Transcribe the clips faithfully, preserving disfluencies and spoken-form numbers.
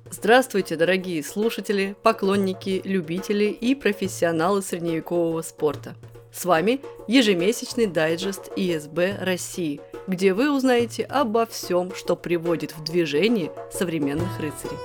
Здравствуйте, дорогие слушатели, поклонники, любители и профессионалы средневекового спорта. С вами ежемесячный дайджест и эс бэ России, где вы узнаете обо всем, что приводит в движение современных рыцарей.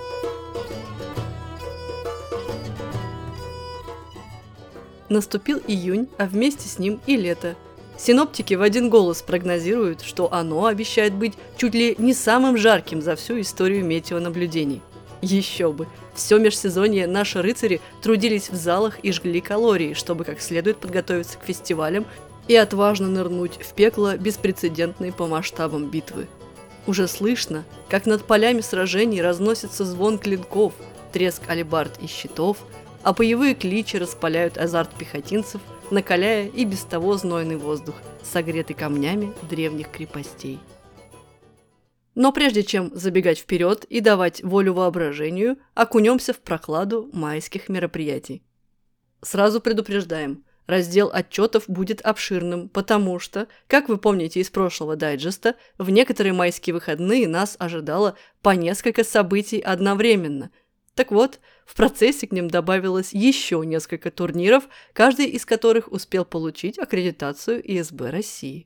Наступил июнь, а вместе с ним и лето. Синоптики в один голос прогнозируют, что оно обещает быть чуть ли не самым жарким за всю историю метеонаблюдений. Еще бы! Все межсезонье наши рыцари трудились в залах и жгли калории, чтобы как следует подготовиться к фестивалям и отважно нырнуть в пекло беспрецедентной по масштабам битвы. Уже слышно, как над полями сражений разносится звон клинков, треск алебард и щитов, а боевые кличи распаляют азарт пехотинцев, накаляя и без того знойный воздух, согретый камнями древних крепостей. Но прежде чем забегать вперед и давать волю воображению, окунемся в прохладу майских мероприятий. Сразу предупреждаем, раздел отчетов будет обширным, потому что, как вы помните из прошлого дайджеста, в некоторые майские выходные нас ожидало по несколько событий одновременно. Так вот, в процессе к ним добавилось еще несколько турниров, каждый из которых успел получить аккредитацию и эс бэ России.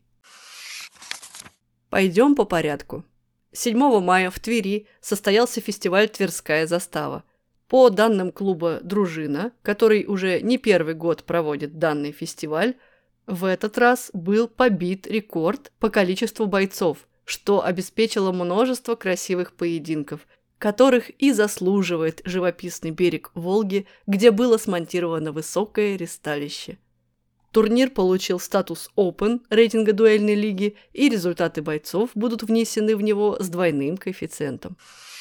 Пойдем по порядку. седьмого мая в Твери состоялся фестиваль «Тверская застава». По данным клуба «Дружина», который уже не первый год проводит данный фестиваль, в этот раз был побит рекорд по количеству бойцов, что обеспечило множество красивых поединков, которых и заслуживает живописный берег Волги, где было смонтировано высокое ристалище. Турнир получил статус Open рейтинга дуэльной лиги, и результаты бойцов будут внесены в него с двойным коэффициентом.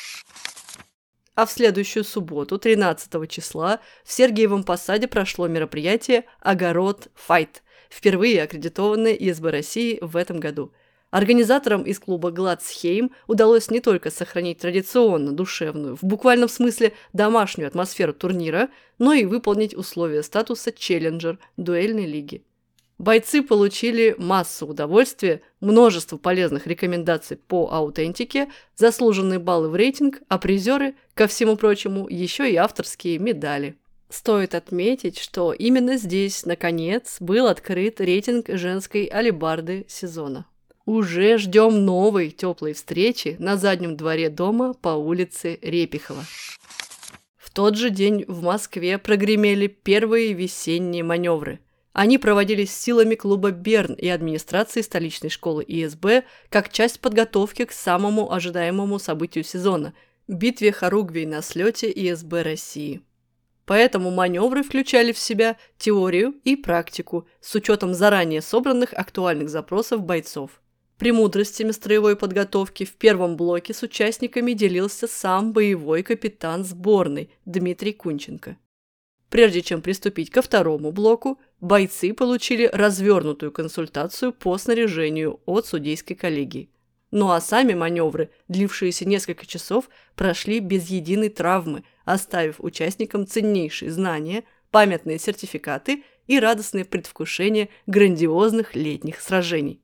А в следующую субботу, тринадцатого числа, в Сергиевом Посаде прошло мероприятие «Огород Файт», впервые аккредитованное и эс бэ России в этом году. Организаторам из клуба «Гладсхейм» удалось не только сохранить традиционно душевную, в буквальном смысле домашнюю атмосферу турнира, но и выполнить условия статуса «Челленджер» дуэльной лиги. Бойцы получили массу удовольствия, множество полезных рекомендаций по аутентике, заслуженные баллы в рейтинг, а призеры, ко всему прочему, еще и авторские медали. Стоит отметить, что именно здесь, наконец, был открыт рейтинг женской алебарды сезона. Уже ждем новой теплой встречи на заднем дворе дома по улице Репихова. В тот же день в Москве прогремели первые весенние маневры. Они проводились силами клуба «Берн» и администрации столичной школы и эс бэ как часть подготовки к самому ожидаемому событию сезона – битве хоругвий на слете и эс бэ России. Поэтому маневры включали в себя теорию и практику с учетом заранее собранных актуальных запросов бойцов. Премудростями строевой подготовки в первом блоке с участниками делился сам боевой капитан сборной Дмитрий Кунченко. Прежде чем приступить ко второму блоку, бойцы получили развернутую консультацию по снаряжению от судейской коллегии. Ну а сами маневры, длившиеся несколько часов, прошли без единой травмы, оставив участникам ценнейшие знания, памятные сертификаты и радостное предвкушение грандиозных летних сражений.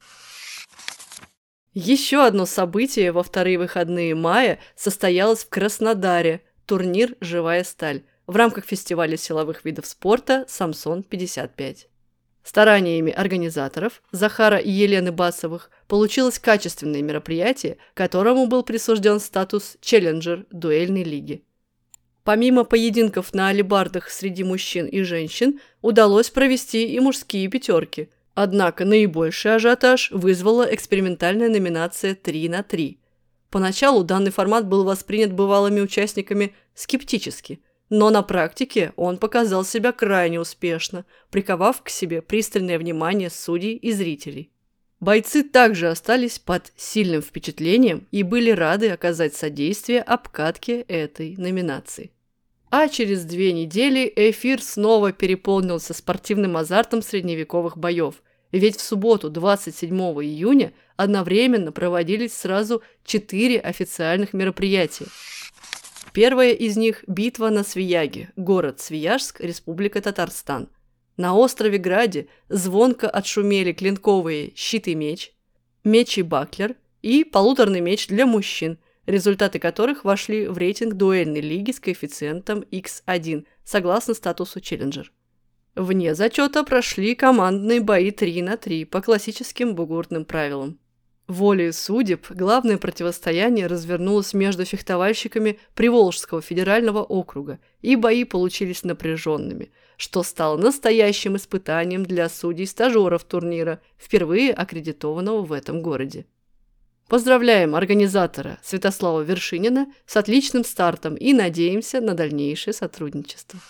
Еще одно событие во вторые выходные мая состоялось в Краснодаре – турнир «Живая сталь» в рамках фестиваля силовых видов спорта «Самсон пятьдесят пять». Стараниями организаторов Захара и Елены Басовых получилось качественное мероприятие, которому был присужден статус «Челленджер» дуэльной лиги. Помимо поединков на алебардах среди мужчин и женщин, удалось провести и мужские пятерки. Однако наибольший ажиотаж вызвала экспериментальная номинация три на три. Поначалу данный формат был воспринят бывалыми участниками скептически, но на практике он показал себя крайне успешно, приковав к себе пристальное внимание судей и зрителей. Бойцы также остались под сильным впечатлением и были рады оказать содействие обкатке этой номинации. А через две недели эфир снова переполнился спортивным азартом средневековых боев, ведь в субботу двадцать седьмого июня одновременно проводились сразу четыре официальных мероприятия. Первое из них – битва на Свияге, город Свияжск, Республика Татарстан. На острове Граде звонко отшумели клинковые щит и меч, меч и баклер и полуторный меч для мужчин, результаты которых вошли в рейтинг дуэльной лиги с коэффициентом икс один, согласно статусу «Челленджер». Вне зачета прошли командные бои три на три по классическим бугуртным правилам. Волею судеб главное противостояние развернулось между фехтовальщиками Приволжского федерального округа, и бои получились напряженными, что стало настоящим испытанием для судей-стажеров турнира, впервые аккредитованного в этом городе. Поздравляем организатора Святослава Вершинина с отличным стартом и надеемся на дальнейшее сотрудничество.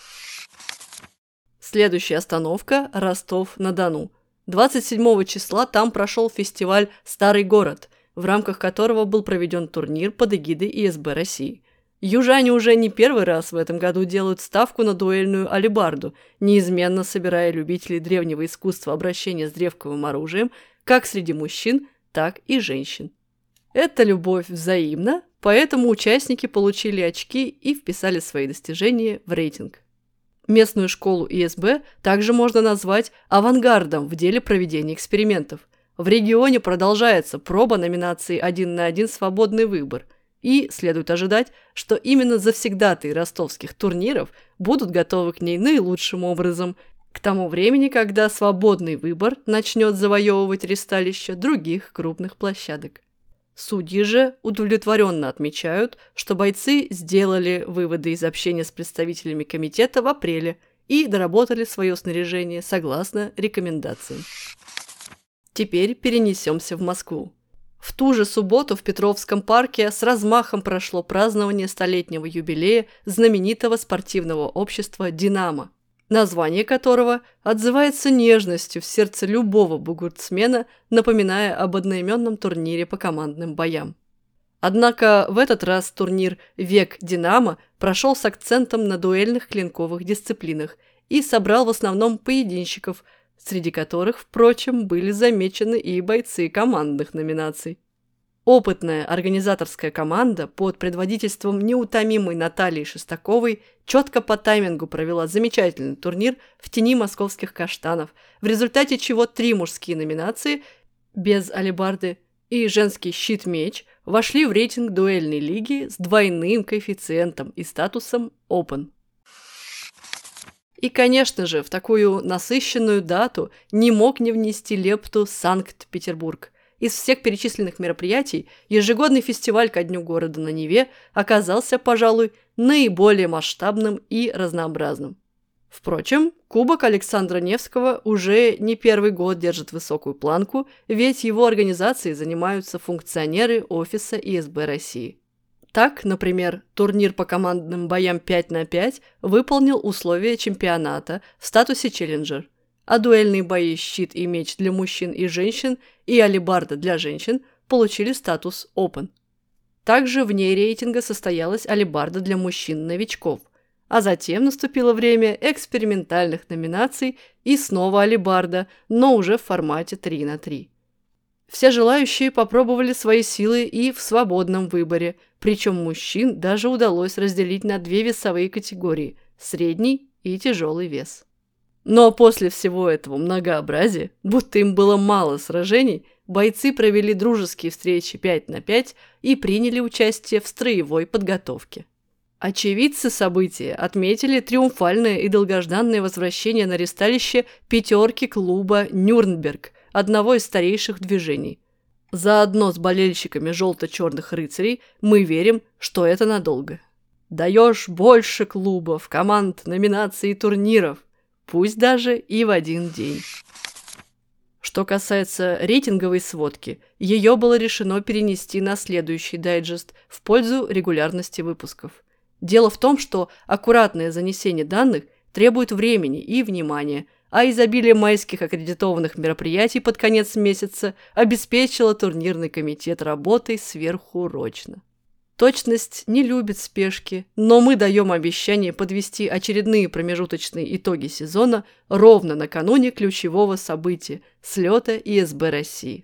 Следующая остановка – Ростов-на-Дону. двадцать седьмого числа там прошел фестиваль «Старый город», в рамках которого был проведен турнир под эгидой и эс бэ России. Южане уже не первый раз в этом году делают ставку на дуэльную алебарду, неизменно собирая любителей древнего искусства обращения с древковым оружием как среди мужчин, так и женщин. Эта любовь взаимна, поэтому участники получили очки и вписали свои достижения в рейтинг. Местную школу и эс бэ также можно назвать авангардом в деле проведения экспериментов. В регионе продолжается проба номинации один на один «Свободный выбор», и следует ожидать, что именно завсегдатаи ростовских турниров будут готовы к ней наилучшим образом к тому времени, когда «Свободный выбор» начнет завоевывать ристалища других крупных площадок. Судьи же удовлетворенно отмечают, что бойцы сделали выводы из общения с представителями комитета в апреле и доработали свое снаряжение согласно рекомендациям. Теперь перенесемся в Москву. В ту же субботу в Петровском парке с размахом прошло празднование столетнего юбилея знаменитого спортивного общества «Динамо», название которого отзывается нежностью в сердце любого бугуртсмена, напоминая об одноименном турнире по командным боям. Однако в этот раз турнир «Век Динамо» прошел с акцентом на дуэльных клинковых дисциплинах и собрал в основном поединщиков, среди которых, впрочем, были замечены и бойцы командных номинаций. Опытная организаторская команда под предводительством неутомимой Натальи Шестаковой четко по таймингу провела замечательный турнир в тени московских каштанов, в результате чего три мужские номинации без алебарды и женский щит-меч вошли в рейтинг дуэльной лиги с двойным коэффициентом и статусом Open. И, конечно же, в такую насыщенную дату не мог не внести лепту Санкт-Петербург. Из всех перечисленных мероприятий ежегодный фестиваль ко Дню города на Неве оказался, пожалуй, наиболее масштабным и разнообразным. Впрочем, Кубок Александра Невского уже не первый год держит высокую планку, ведь его организацией занимаются функционеры офиса и эс бэ России. Так, например, турнир по командным боям пять на пять выполнил условия чемпионата в статусе «Челленджер», а дуэльные бои «Щит» и «Меч» для мужчин и женщин и «Алебарда» для женщин получили статус «Open». Также вне рейтинга состоялась алебарда для мужчин-новичков, а затем наступило время экспериментальных номинаций и снова алебарда, но уже в формате три на три. Все желающие попробовали свои силы и в свободном выборе, причем мужчин даже удалось разделить на две весовые категории – средний и тяжелый вес. Но после всего этого многообразия, будто им было мало сражений, бойцы провели дружеские встречи пять на пять и приняли участие в строевой подготовке. Очевидцы события отметили триумфальное и долгожданное возвращение на ристалище пятерки клуба «Нюрнберг», одного из старейших движений. Заодно с болельщиками желто-черных рыцарей мы верим, что это надолго. Даешь больше клубов, команд, номинаций и турниров, пусть даже и в один день. Что касается рейтинговой сводки, ее было решено перенести на следующий дайджест в пользу регулярности выпусков. Дело в том, что аккуратное занесение данных требует времени и внимания, а изобилие майских аккредитованных мероприятий под конец месяца обеспечило турнирный комитет работой сверхурочно. Точность не любит спешки, но мы даем обещание подвести очередные промежуточные итоги сезона ровно накануне ключевого события – слета и эс бэ России.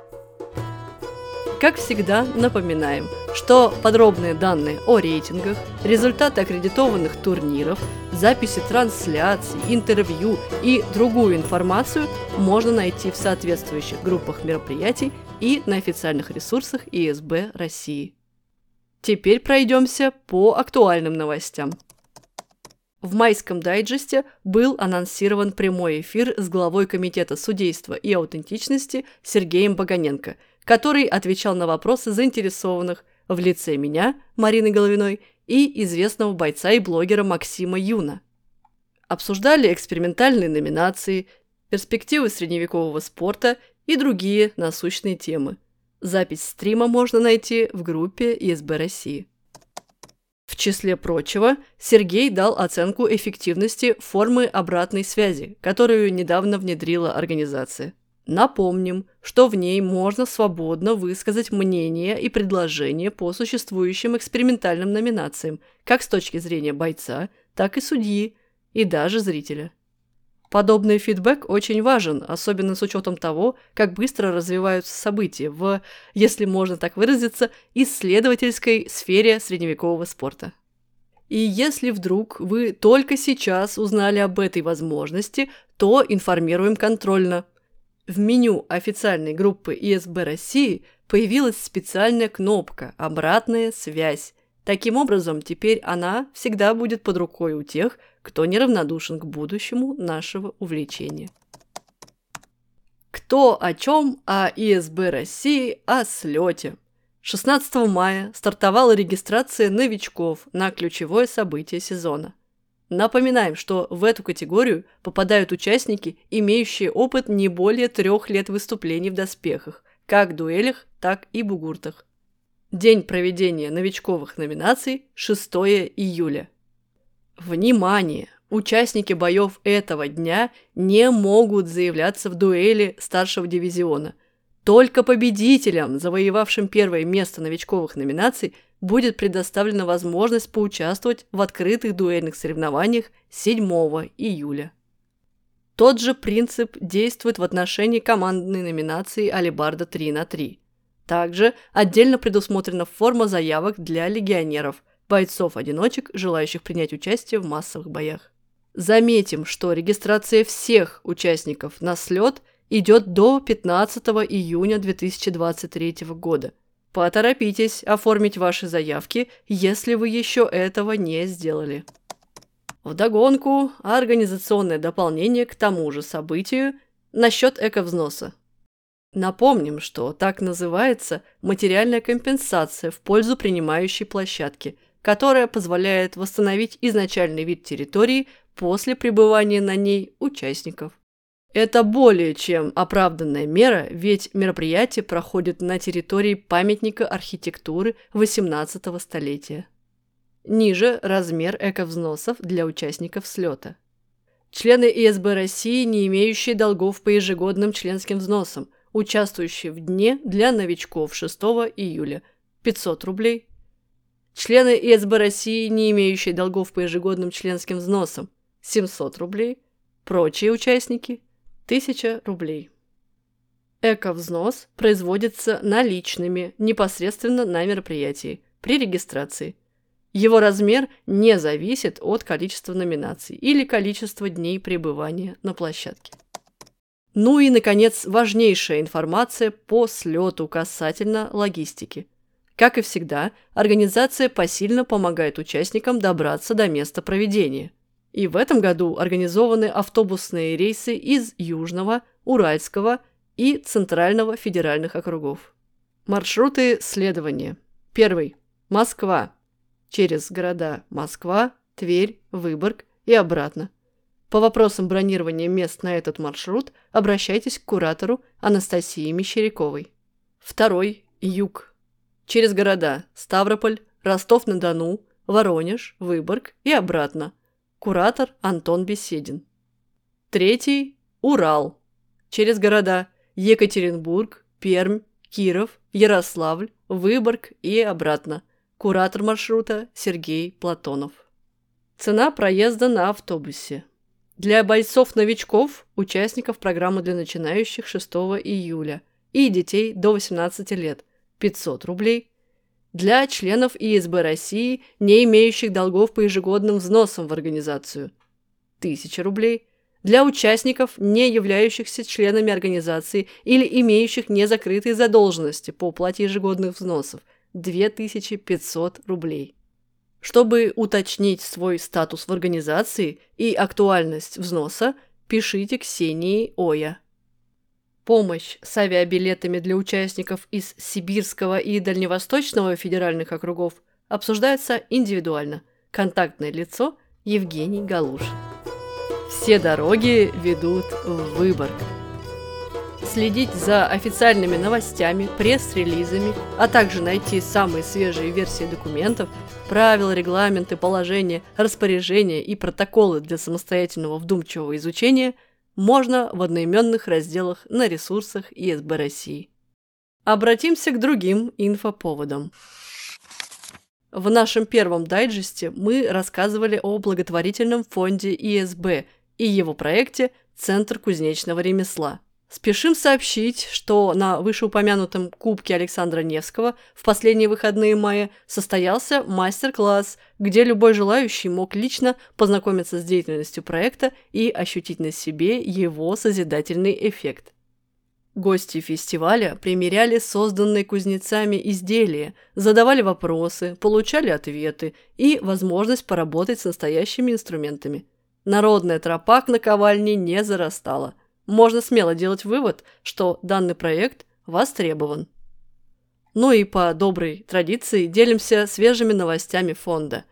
Как всегда, напоминаем, что подробные данные о рейтингах, результаты аккредитованных турниров, записи трансляций, интервью и другую информацию можно найти в соответствующих группах мероприятий и на официальных ресурсах и эс бэ России. Теперь пройдемся по актуальным новостям. В майском дайджесте был анонсирован прямой эфир с главой Комитета судейства и аутентичности Сергеем Баганенко, который отвечал на вопросы заинтересованных в лице меня, Марины Головиной, и известного бойца и блогера Максима Юна. Обсуждали экспериментальные номинации, перспективы средневекового спорта и другие насущные темы. Запись стрима можно найти в группе и эс бэ России. В числе прочего, Сергей дал оценку эффективности формы обратной связи, которую недавно внедрила организация. Напомним, что в ней можно свободно высказать мнение и предложения по существующим экспериментальным номинациям, как с точки зрения бойца, так и судьи, и даже зрителя. Подобный фидбэк очень важен, особенно с учетом того, как быстро развиваются события в, если можно так выразиться, исследовательской сфере средневекового спорта. И если вдруг вы только сейчас узнали об этой возможности, то информируем контрольно. В меню официальной группы и эс бэ России появилась специальная кнопка «Обратная связь». Таким образом, теперь она всегда будет под рукой у тех, кто неравнодушен к будущему нашего увлечения. Кто о чем, а и эс бэ России о слете. шестнадцатого мая стартовала регистрация новичков на ключевое событие сезона. Напоминаем, что в эту категорию попадают участники, имеющие опыт не более трех лет выступлений в доспехах, как дуэлях, так и бугуртах. День проведения новичковых номинаций – шестого июля. Внимание! Участники боев этого дня не могут заявляться в дуэли старшего дивизиона. Только победителям, завоевавшим первое место новичковых номинаций, будет предоставлена возможность поучаствовать в открытых дуэльных соревнованиях седьмого июля. Тот же принцип действует в отношении командной номинации «Алебарда три на три». Также отдельно предусмотрена форма заявок для легионеров, бойцов-одиночек, желающих принять участие в массовых боях. Заметим, что регистрация всех участников на слет идет до пятнадцатого июня две тысячи двадцать третьего года. Поторопитесь оформить ваши заявки, если вы еще этого не сделали. Вдогонку организационное дополнение к тому же событию насчет эковзноса. Напомним, что так называется материальная компенсация в пользу принимающей площадки, которая позволяет восстановить изначальный вид территории после пребывания на ней участников. Это более чем оправданная мера, ведь мероприятие проходит на территории памятника архитектуры восемнадцатого столетия. Ниже размер эковзносов для участников слета. Члены и эс бэ России, не имеющие долгов по ежегодным членским взносам, участвующие в дне для новичков шестого июля – пятьсот рублей. Члены и эс бэ России, не имеющие долгов по ежегодным членским взносам – семьсот рублей. Прочие участники – тысяча рублей. Эковзнос производится наличными непосредственно на мероприятии при регистрации. Его размер не зависит от количества номинаций или количества дней пребывания на площадке. Ну и, наконец, важнейшая информация по слету касательно логистики. Как и всегда, организация посильно помогает участникам добраться до места проведения. И в этом году организованы автобусные рейсы из Южного, Уральского и Центрального федеральных округов. Маршруты следования. Первый. Москва. Через города Москва, Тверь, Выборг и обратно. По вопросам бронирования мест на этот маршрут обращайтесь к куратору Анастасии Мещеряковой. Второй. Юг. Через города Ставрополь, Ростов-на-Дону, Воронеж, Выборг и обратно. Куратор Антон Беседин. Третий. Урал. Через города Екатеринбург, Пермь, Киров, Ярославль, Выборг и обратно. Куратор маршрута Сергей Платонов. Цена проезда на автобусе. Для бойцов-новичков, участников программы для начинающих шестого июля и детей до восемнадцати лет – пятьсот рублей. Для членов и эс бэ России, не имеющих долгов по ежегодным взносам в организацию – тысяча рублей. Для участников, не являющихся членами организации или имеющих незакрытые задолженности по уплате ежегодных взносов – две тысячи пятьсот рублей. Чтобы уточнить свой статус в организации и актуальность взноса, пишите Ксении Оя. Помощь с авиабилетами для участников из Сибирского и Дальневосточного федеральных округов обсуждается индивидуально. Контактное лицо Евгений Галушин. Все дороги ведут в Выборг. Следить за официальными новостями, пресс-релизами, а также найти самые свежие версии документов, правила, регламенты, положения, распоряжения и протоколы для самостоятельного вдумчивого изучения можно в одноименных разделах на ресурсах И Эс Бэ России. Обратимся к другим инфоповодам. В нашем первом дайджесте мы рассказывали о благотворительном фонде И Эс Бэ и его проекте «Центр кузнечного ремесла». Спешим сообщить, что на вышеупомянутом Кубке Александра Невского в последние выходные мая состоялся мастер-класс, где любой желающий мог лично познакомиться с деятельностью проекта и ощутить на себе его созидательный эффект. Гости фестиваля примеряли созданные кузнецами изделия, задавали вопросы, получали ответы и возможность поработать с настоящими инструментами. Народная тропа к наковальне не зарастала. Можно смело делать вывод, что данный проект востребован. Ну и по доброй традиции делимся свежими новостями фонда.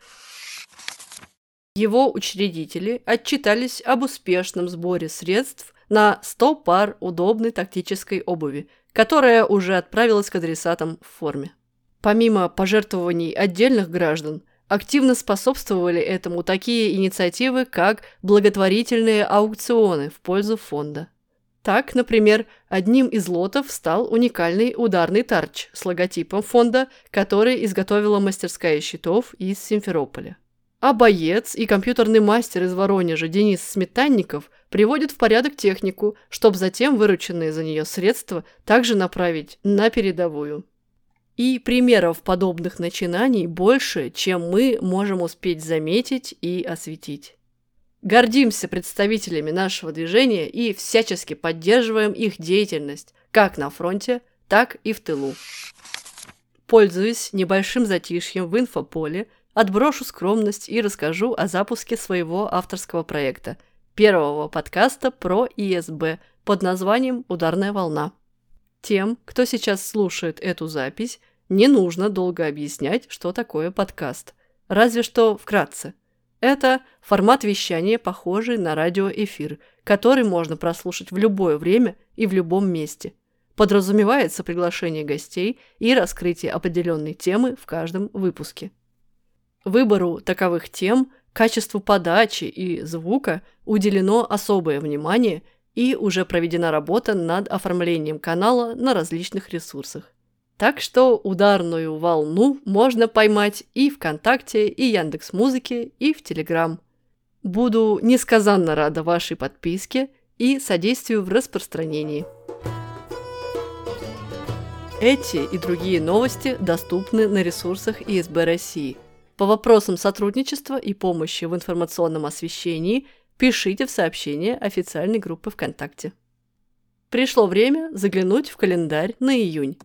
Его учредители отчитались об успешном сборе средств на сто пар удобной тактической обуви, которая уже отправилась к адресатам в форме. Помимо пожертвований отдельных граждан, активно способствовали этому такие инициативы, как благотворительные аукционы в пользу фонда. Так, например, одним из лотов стал уникальный ударный тарч с логотипом фонда, который изготовила мастерская щитов из Симферополя. А боец и компьютерный мастер из Воронежа Денис Сметанников приводит в порядок технику, чтобы затем вырученные за нее средства также направить на передовую. И примеров подобных начинаний больше, чем мы можем успеть заметить и осветить. Гордимся представителями нашего движения и всячески поддерживаем их деятельность как на фронте, так и в тылу. Пользуясь небольшим затишьем в инфополе, отброшу скромность и расскажу о запуске своего авторского проекта, первого подкаста про И Эс Бэ под названием «Ударная волна». Тем, кто сейчас слушает эту запись, не нужно долго объяснять, что такое подкаст. Разве что вкратце. Это формат вещания, похожий на радиоэфир, который можно прослушать в любое время и в любом месте. Подразумевается приглашение гостей и раскрытие определенной темы в каждом выпуске. Выбору таковых тем, качеству подачи и звука уделено особое внимание и уже проведена работа над оформлением канала на различных ресурсах. Так что ударную волну можно поймать и ВКонтакте, и Яндекс.Музыке, и в Телеграм. Буду несказанно рада вашей подписке и содействию в распространении. Эти и другие новости доступны на ресурсах И Эс Бэ России. По вопросам сотрудничества и помощи в информационном освещении пишите в сообщения официальной группы ВКонтакте. Пришло время заглянуть в календарь на июнь.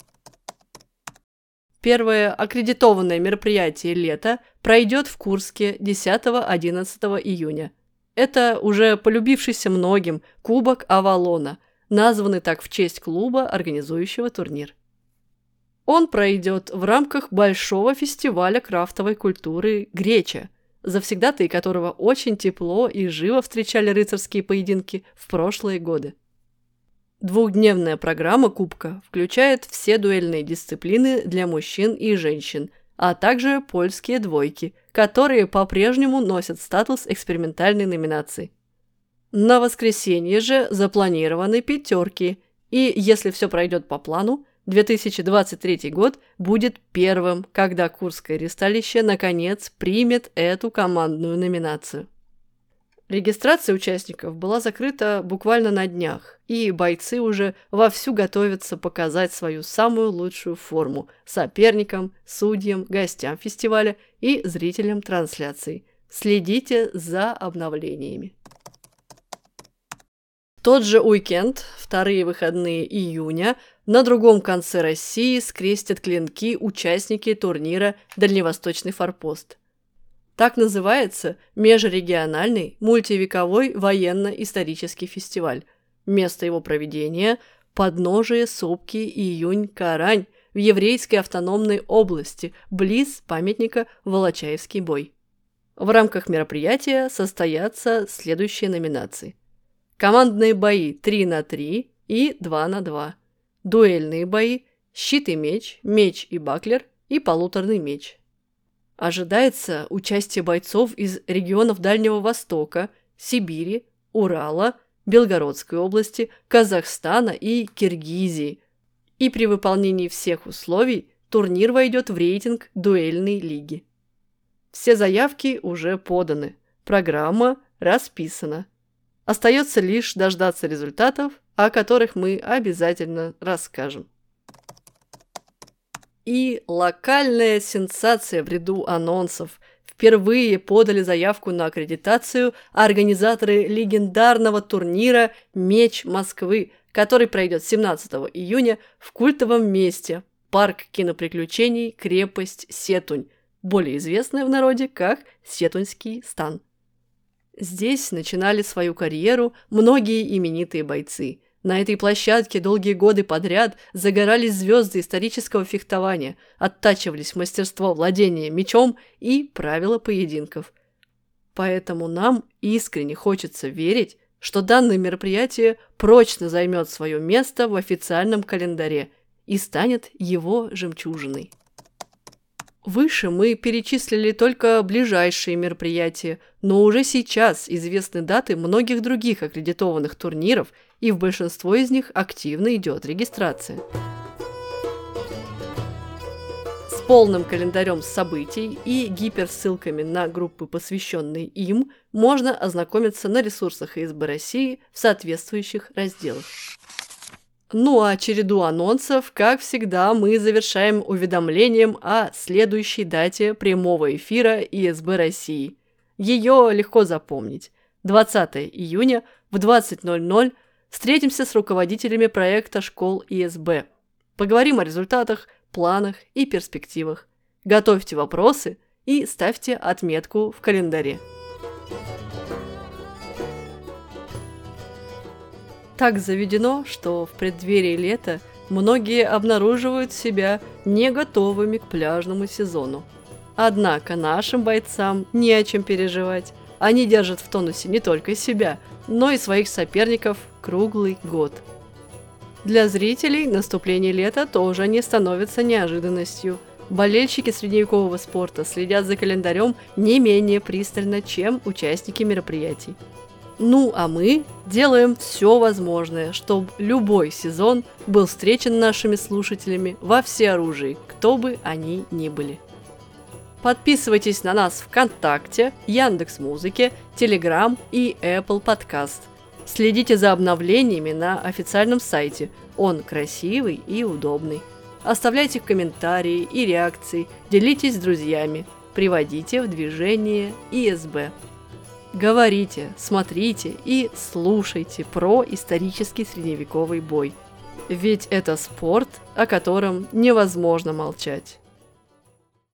Первое аккредитованное мероприятие лета пройдет в Курске десятого-одиннадцатого июня. Это уже полюбившийся многим Кубок Авалона, названный так в честь клуба, организующего турнир. Он пройдет в рамках большого фестиваля крафтовой культуры «Греча», завсегдатаи которого очень тепло и живо встречали рыцарские поединки в прошлые годы. Двухдневная программа Кубка включает все дуэльные дисциплины для мужчин и женщин, а также польские двойки, которые по-прежнему носят статус экспериментальной номинации. На воскресенье же запланированы пятерки, и, если все пройдет по плану, две тысячи двадцать третий год будет первым, когда Курское ристалище наконец примет эту командную номинацию. Регистрация участников была закрыта буквально на днях, и бойцы уже вовсю готовятся показать свою самую лучшую форму соперникам, судьям, гостям фестиваля и зрителям трансляций. Следите за обновлениями. В тот же уикенд, вторые выходные июня, на другом конце России скрестят клинки участники турнира «Дальневосточный форпост». Так называется межрегиональный мультивековой военно-исторический фестиваль. Место его проведения – подножие сопки Июнь-Карань в еврейской автономной области, близ памятника Волочаевский бой. В рамках мероприятия состоятся следующие номинации. Командные бои три на три и два на два. Дуэльные бои, щит и меч, меч и баклер и полуторный меч. Ожидается участие бойцов из регионов Дальнего Востока, Сибири, Урала, Белгородской области, Казахстана и Киргизии. И при выполнении всех условий турнир войдет в рейтинг дуэльной лиги. Все заявки уже поданы, программа расписана. Остается лишь дождаться результатов, о которых мы обязательно расскажем. И локальная сенсация в ряду анонсов. Впервые подали заявку на аккредитацию организаторы легендарного турнира «Меч Москвы», который пройдет семнадцатого июня в культовом месте парк киноприключений «Крепость Сетунь», более известная в народе как Сетуньский стан. Здесь начинали свою карьеру многие именитые бойцы. На этой площадке долгие годы подряд загорались звезды исторического фехтования, оттачивались мастерство владения мечом и правила поединков. Поэтому нам искренне хочется верить, что данное мероприятие прочно займет свое место в официальном календаре и станет его жемчужиной. Выше мы перечислили только ближайшие мероприятия, но уже сейчас известны даты многих других аккредитованных турниров, и в большинство из них активно идет регистрация. С полным календарем событий и гиперссылками на группы, посвященные им, можно ознакомиться на ресурсах ИСБ России в соответствующих разделах. Ну а череду анонсов, как всегда, мы завершаем уведомлением о следующей дате прямого эфира ИСБ России. Ее легко запомнить. двадцатого июня в двадцать ноль ноль встретимся с руководителями проекта школ ИСБ. Поговорим о результатах, планах и перспективах. Готовьте вопросы и ставьте отметку в календаре. Так заведено, что в преддверии лета многие обнаруживают себя не готовыми к пляжному сезону. Однако нашим бойцам не о чем переживать. Они держат в тонусе не только себя, но и своих соперников круглый год. Для зрителей наступление лета тоже не становится неожиданностью. Болельщики средневекового спорта следят за календарем не менее пристально, чем участники мероприятий. Ну а мы делаем все возможное, чтобы любой сезон был встречен нашими слушателями во всеоружии, кто бы они ни были. Подписывайтесь на нас ВКонтакте, Яндекс.Музыке, Телеграм и Apple Podcast. Следите за обновлениями на официальном сайте, он красивый и удобный. Оставляйте комментарии и реакции, делитесь с друзьями, приводите в движение ИСБ. Говорите, смотрите и слушайте про исторический средневековый бой. Ведь это спорт, о котором невозможно молчать.